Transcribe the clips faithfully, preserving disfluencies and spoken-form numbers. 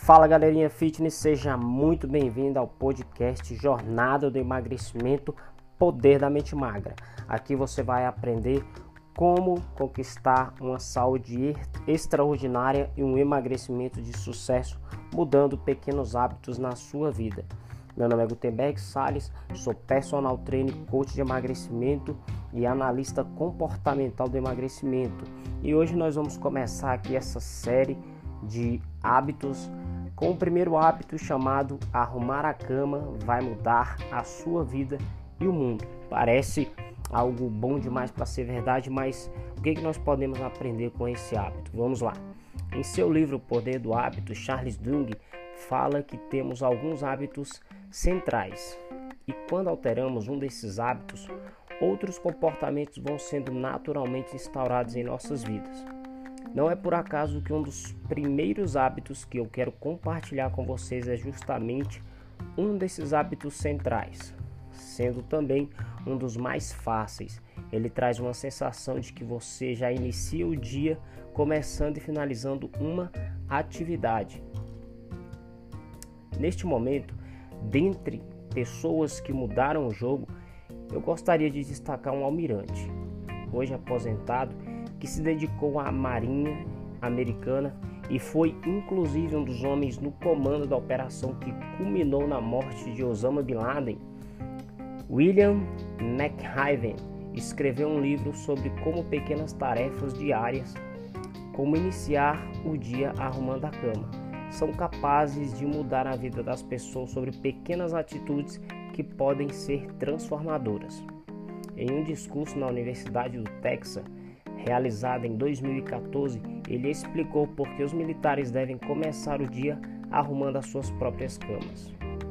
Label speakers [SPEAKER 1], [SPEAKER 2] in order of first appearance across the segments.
[SPEAKER 1] Fala galerinha fitness, seja muito bem-vindo ao podcast Jornada do Emagrecimento, Poder da Mente Magra. Aqui você vai aprender como conquistar uma saúde extraordinária e um emagrecimento de sucesso, mudando pequenos hábitos na sua vida. Meu nome é Gutenberg Salles, sou personal trainer, coach de emagrecimento e analista comportamental do emagrecimento. E hoje nós vamos começar aqui essa série de hábitos com o primeiro hábito chamado arrumar a cama vai mudar a sua vida e o mundo. Parece algo bom demais para ser verdade, mas o que, que nós podemos aprender com esse hábito? Vamos lá. Em seu livro O Poder do Hábito, Charles Duhigg fala que temos alguns hábitos centrais e quando alteramos um desses hábitos, outros comportamentos vão sendo naturalmente instaurados em nossas vidas. Não é por acaso que um dos primeiros hábitos que eu quero compartilhar com vocês é justamente um desses hábitos centrais, sendo também um dos mais fáceis. Ele traz uma sensação de que você já inicia o dia começando e finalizando uma atividade. Neste momento, dentre pessoas que mudaram o jogo, eu gostaria de destacar um almirante, hoje aposentado, que se dedicou à Marinha Americana e foi inclusive um dos homens no comando da operação que culminou na morte de Osama Bin Laden. William McIven escreveu um livro sobre como pequenas tarefas diárias, como iniciar o dia arrumando a cama, são capazes de mudar a vida das pessoas sobre pequenas atitudes que podem ser transformadoras. Em um discurso na Universidade do Texas, realizado em dois mil e quatorze, ele explicou por que os militares devem começar o dia arrumando as suas próprias camas.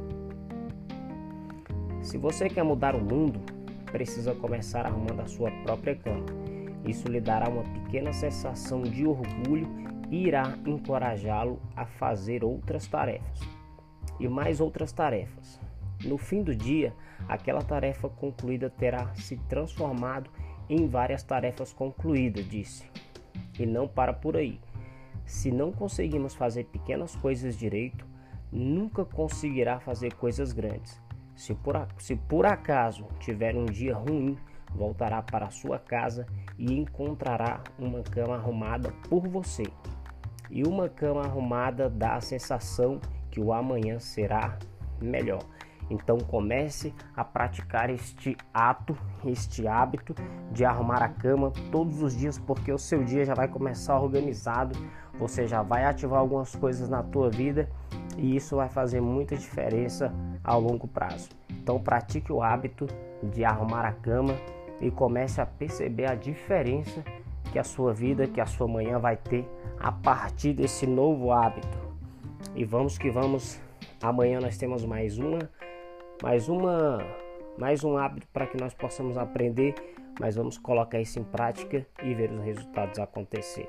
[SPEAKER 1] Se você quer mudar o mundo, precisa começar arrumando a sua própria cama. Isso lhe dará uma pequena sensação de orgulho e irá encorajá-lo a fazer outras tarefas. E mais outras tarefas. No fim do dia, aquela tarefa concluída terá se transformado em várias tarefas concluídas, disse. E não para por aí. Se não conseguimos fazer pequenas coisas direito, nunca conseguirá fazer coisas grandes. Se por, se por acaso tiver um dia ruim, voltará para a sua casa e encontrará uma cama arrumada por você. E uma cama arrumada dá a sensação que o amanhã será melhor. Então comece a praticar este ato, este hábito de arrumar a cama todos os dias, porque o seu dia já vai começar organizado, você já vai ativar algumas coisas na tua vida e isso vai fazer muita diferença ao longo prazo. Então pratique o hábito de arrumar a cama e comece a perceber a diferença que a sua vida, que a sua manhã vai ter a partir desse novo hábito. E vamos que vamos, amanhã nós temos mais uma Mais, uma, mais um hábito para que nós possamos aprender, mas vamos colocar isso em prática e ver os resultados acontecer.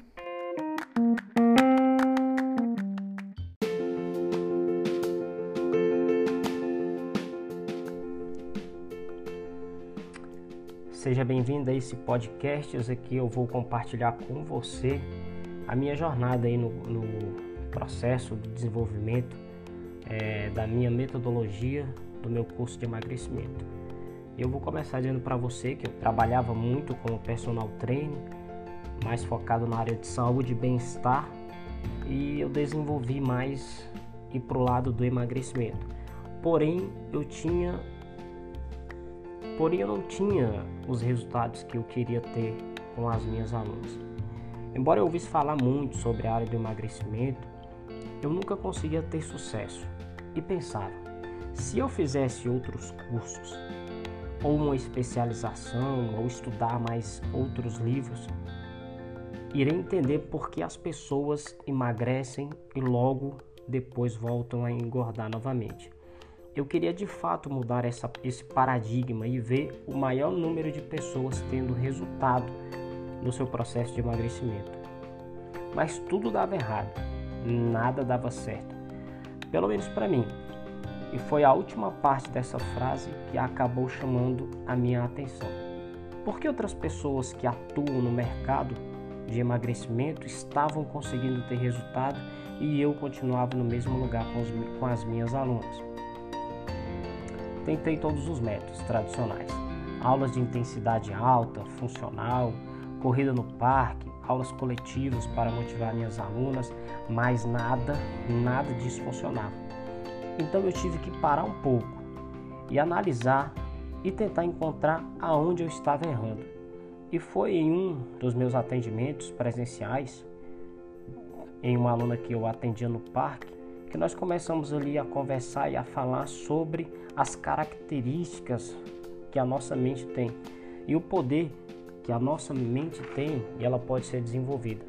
[SPEAKER 1] Seja bem-vindo a esse podcast. Aqui eu vou compartilhar com você a minha jornada aí no, no processo de desenvolvimento É, da minha metodologia do meu curso de emagrecimento. Eu vou começar dizendo para você que eu trabalhava muito como personal trainer, mais focado na área de saúde e bem-estar, e eu desenvolvi mais ir para o lado do emagrecimento. Porém, eu tinha, porém eu não tinha os resultados que eu queria ter com as minhas alunas. Embora eu ouvisse falar muito sobre a área do emagrecimento, eu nunca conseguia ter sucesso. E pensava, se eu fizesse outros cursos, ou uma especialização, ou estudar mais outros livros, irei entender por que as pessoas emagrecem e logo depois voltam a engordar novamente. Eu queria de fato mudar essa, esse paradigma e ver o maior número de pessoas tendo resultado no seu processo de emagrecimento. Mas tudo dava errado, nada dava certo. Pelo menos para mim. E foi a última parte dessa frase que acabou chamando a minha atenção. Por que outras pessoas que atuam no mercado de emagrecimento estavam conseguindo ter resultado e eu continuava no mesmo lugar com, os, com as minhas alunas. Tentei todos os métodos tradicionais: aulas de intensidade alta, funcional, corrida no parque, aulas coletivas para motivar minhas alunas, mas nada, nada disso funcionava. Então eu tive que parar um pouco e analisar e tentar encontrar aonde eu estava errando. E foi em um dos meus atendimentos presenciais, em uma aluna que eu atendia no parque, que nós começamos ali a conversar e a falar sobre as características que a nossa mente tem e o poder que a nossa mente tem, e ela pode ser desenvolvida.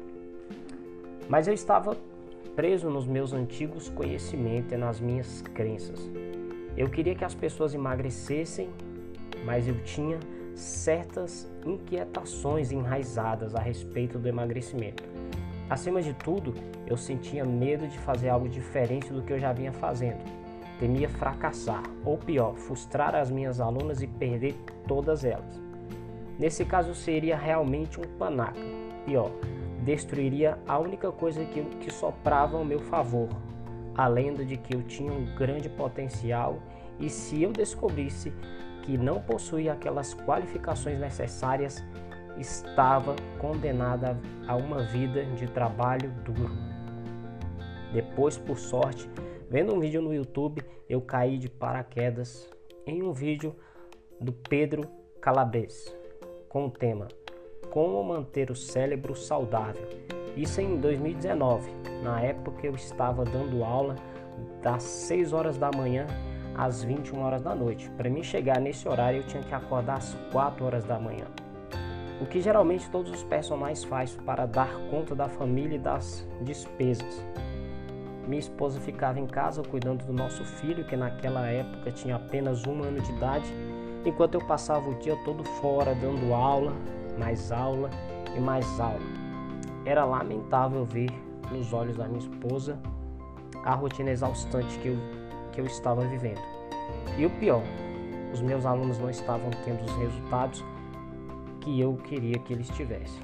[SPEAKER 1] Mas eu estava preso nos meus antigos conhecimentos e nas minhas crenças. Eu queria que as pessoas emagrecessem, mas eu tinha certas inquietações enraizadas a respeito do emagrecimento. Acima de tudo, eu sentia medo de fazer algo diferente do que eu já vinha fazendo. Temia fracassar, ou pior, frustrar as minhas alunas e perder todas elas. Nesse caso, seria realmente um panaca. Pior, destruiria a única coisa que, que soprava ao meu favor, a lenda de que eu tinha um grande potencial, e se eu descobrisse que não possuía aquelas qualificações necessárias, estava condenada a uma vida de trabalho duro. Depois, por sorte, vendo um vídeo no YouTube, eu caí de paraquedas em um vídeo do Pedro Calabres, com o tema Como Manter o Cérebro Saudável. Isso em dois mil e dezenove. Na época eu estava dando aula das seis horas da manhã às vinte e uma horas da noite. Para mim chegar nesse horário eu tinha que acordar às quatro horas da manhã. O que geralmente todos os personagens fazem para dar conta da família e das despesas. Minha esposa ficava em casa cuidando do nosso filho, que naquela época tinha apenas um ano de idade, enquanto eu passava o dia todo fora dando aula, mais aula e mais aula. Era lamentável ver nos olhos da minha esposa a rotina exaustante que eu, que eu estava vivendo. E o pior, os meus alunos não estavam tendo os resultados que eu queria que eles tivessem.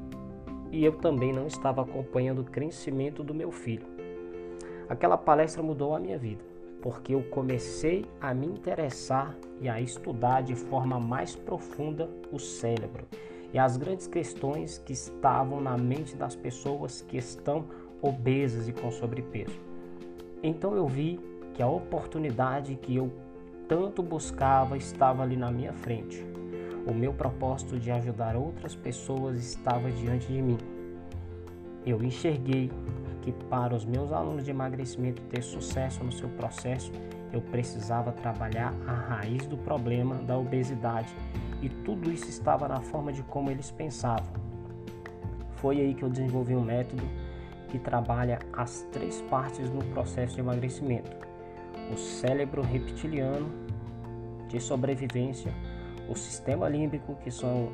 [SPEAKER 1] E eu também não estava acompanhando o crescimento do meu filho. Aquela palestra mudou a minha vida, porque eu comecei a me interessar e a estudar de forma mais profunda o cérebro e as grandes questões que estavam na mente das pessoas que estão obesas e com sobrepeso. Então eu vi que a oportunidade que eu tanto buscava estava ali na minha frente. O meu propósito de ajudar outras pessoas estava diante de mim. Eu enxerguei que para os meus alunos de emagrecimento ter sucesso no seu processo, eu precisava trabalhar a raiz do problema da obesidade, e tudo isso estava na forma de como eles pensavam. Foi aí que eu desenvolvi um método que trabalha as três partes no processo de emagrecimento: o cérebro reptiliano de sobrevivência, o sistema límbico, que são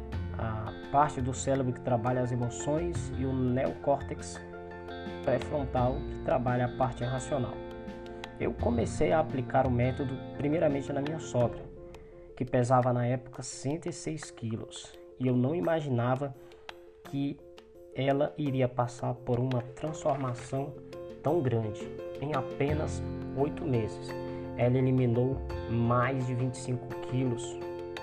[SPEAKER 1] a parte do cérebro que trabalha as emoções, e o neocórtex pré-frontal, que trabalha a parte racional. Eu comecei a aplicar o método primeiramente na minha sogra, que pesava na época cento e seis quilos, e eu não imaginava que ela iria passar por uma transformação tão grande. Em apenas oito meses, ela eliminou mais de vinte e cinco quilos,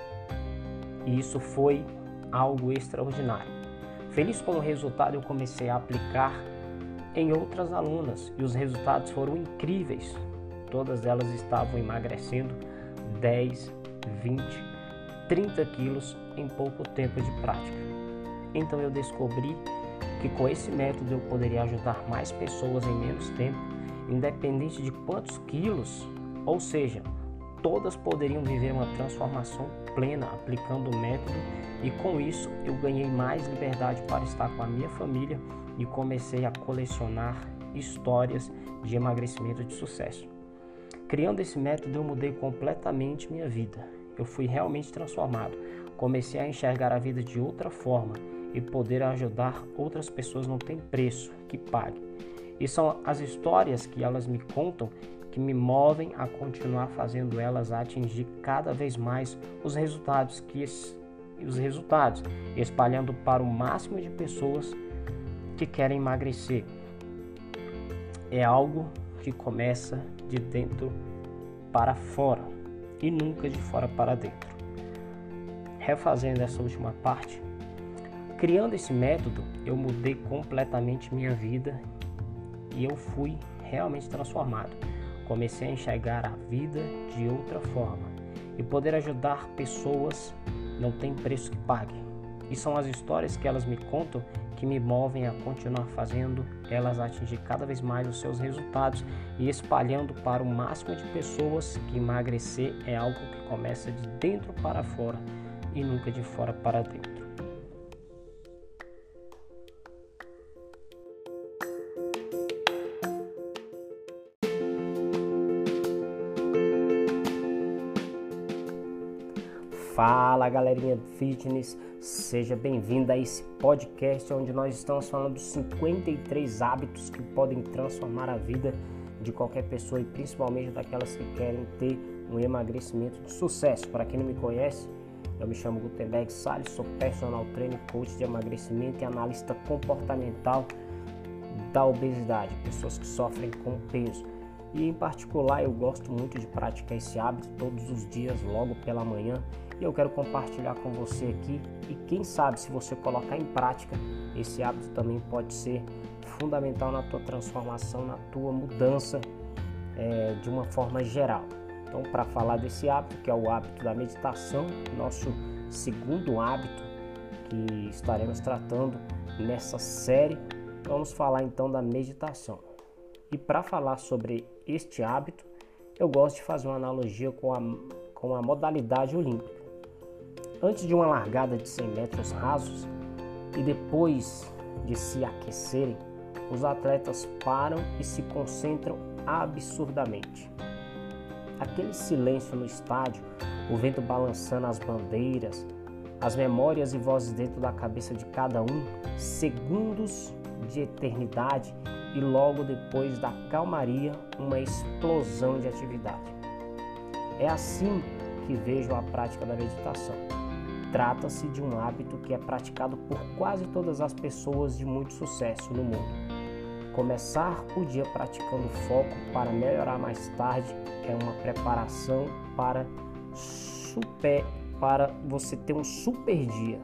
[SPEAKER 1] e isso foi algo extraordinário. Feliz com o resultado, eu comecei a aplicar em outras alunas, e os resultados foram incríveis. Todas elas estavam emagrecendo dez, vinte, trinta quilos em pouco tempo de prática. Então eu descobri que com esse método eu poderia ajudar mais pessoas em menos tempo, independente de quantos quilos, ou seja, todas poderiam viver uma transformação plena aplicando o método, e com isso eu ganhei mais liberdade para estar com a minha família e comecei a colecionar histórias de emagrecimento de sucesso. Criando esse método, eu mudei completamente minha vida. Eu fui realmente transformado. Comecei a enxergar a vida de outra forma, e poder ajudar outras pessoas não tem preço que pague. E são as histórias que elas me contam que me movem a continuar fazendo elas a atingir cada vez mais os resultados, que os resultados, espalhando para o máximo de pessoas que querem emagrecer. é algo que começa de dentro para fora e nunca de fora para dentro. Refazendo essa última parte, criando esse método, eu mudei completamente minha vida e eu fui realmente transformado. Comecei a enxergar a vida de outra forma e poder ajudar pessoas não tem preço que pague. E são as histórias que elas me contam que me movem a continuar fazendo elas atingir cada vez mais os seus resultados e espalhando para o máximo de pessoas que emagrecer é algo que começa de dentro para fora e nunca de fora para dentro. Fala galerinha do fitness, seja bem-vindo a esse podcast onde nós estamos falando dos cinquenta e três hábitos que podem transformar a vida de qualquer pessoa e principalmente daquelas que querem ter um emagrecimento de sucesso. Para quem não me conhece, eu me chamo Gutenberg Salles, sou personal trainer, coach de emagrecimento e analista comportamental da obesidade, pessoas que sofrem com peso. E em particular eu gosto muito de praticar esse hábito todos os dias, logo pela manhã. E eu quero compartilhar com você aqui e quem sabe se você colocar em prática, esse hábito também pode ser fundamental na tua transformação, na tua mudança é, de uma forma geral. Então, para falar desse hábito, que é o hábito da meditação, nosso segundo hábito que estaremos tratando nessa série, vamos falar então da meditação. E para falar sobre este hábito, eu gosto de fazer uma analogia com a, com a modalidade olímpica. Antes de uma largada de cem metros rasos e depois de se aquecerem, os atletas param e se concentram absurdamente. Aquele silêncio no estádio, o vento balançando as bandeiras, as memórias e vozes dentro da cabeça de cada um, segundos de eternidade e logo depois da calmaria, uma explosão de atividade. É assim que vejo a prática da meditação. Trata-se de um hábito que é praticado por quase todas as pessoas de muito sucesso no mundo. Começar o dia praticando foco para melhorar mais tarde é uma preparação para, super, para você ter um super dia.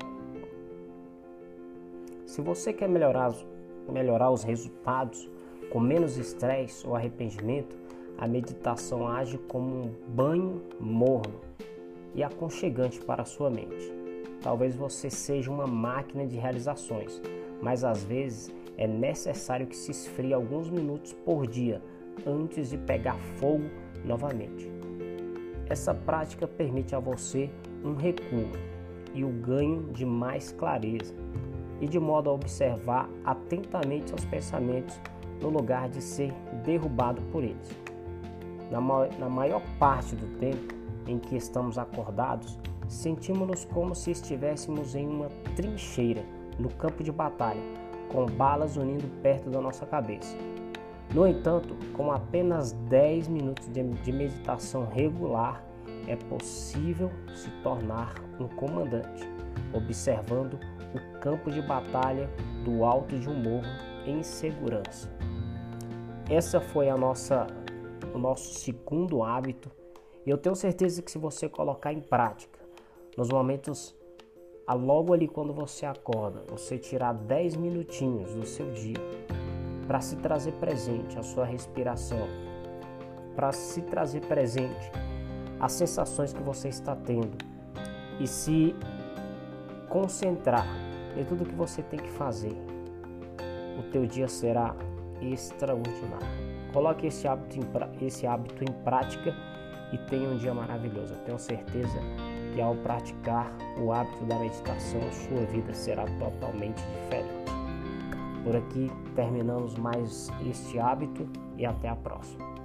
[SPEAKER 1] Se você quer melhorar, melhorar os resultados com menos estresse ou arrependimento, a meditação age como um banho morno e aconchegante para a sua mente. Talvez você seja uma máquina de realizações, mas às vezes é necessário que se esfrie alguns minutos por dia antes de pegar fogo novamente. Essa prática permite a você um recuo e o ganho de mais clareza e de modo a observar atentamente seus pensamentos no lugar de ser derrubado por eles. Na, ma- na maior parte do tempo em que estamos acordados, sentimos-nos como se estivéssemos em uma trincheira no campo de batalha, com balas unindo perto da nossa cabeça. No entanto, com apenas dez minutos de, de meditação regular, é possível se tornar um comandante, observando o campo de batalha do alto de um morro em segurança. Essa foi a nossa, o nosso segundo hábito. E eu tenho certeza que se você colocar em prática, nos momentos, logo ali quando você acorda, você tirar dez minutinhos do seu dia para se trazer presente a sua respiração, para se trazer presente as sensações que você está tendo e se concentrar em tudo que você tem que fazer, o teu dia será extraordinário. Coloque esse hábito em, esse hábito em prática e tenha um dia maravilhoso. Eu tenho certeza que ao praticar o hábito da meditação, sua vida será totalmente diferente. Por aqui terminamos mais este hábito e até a próxima.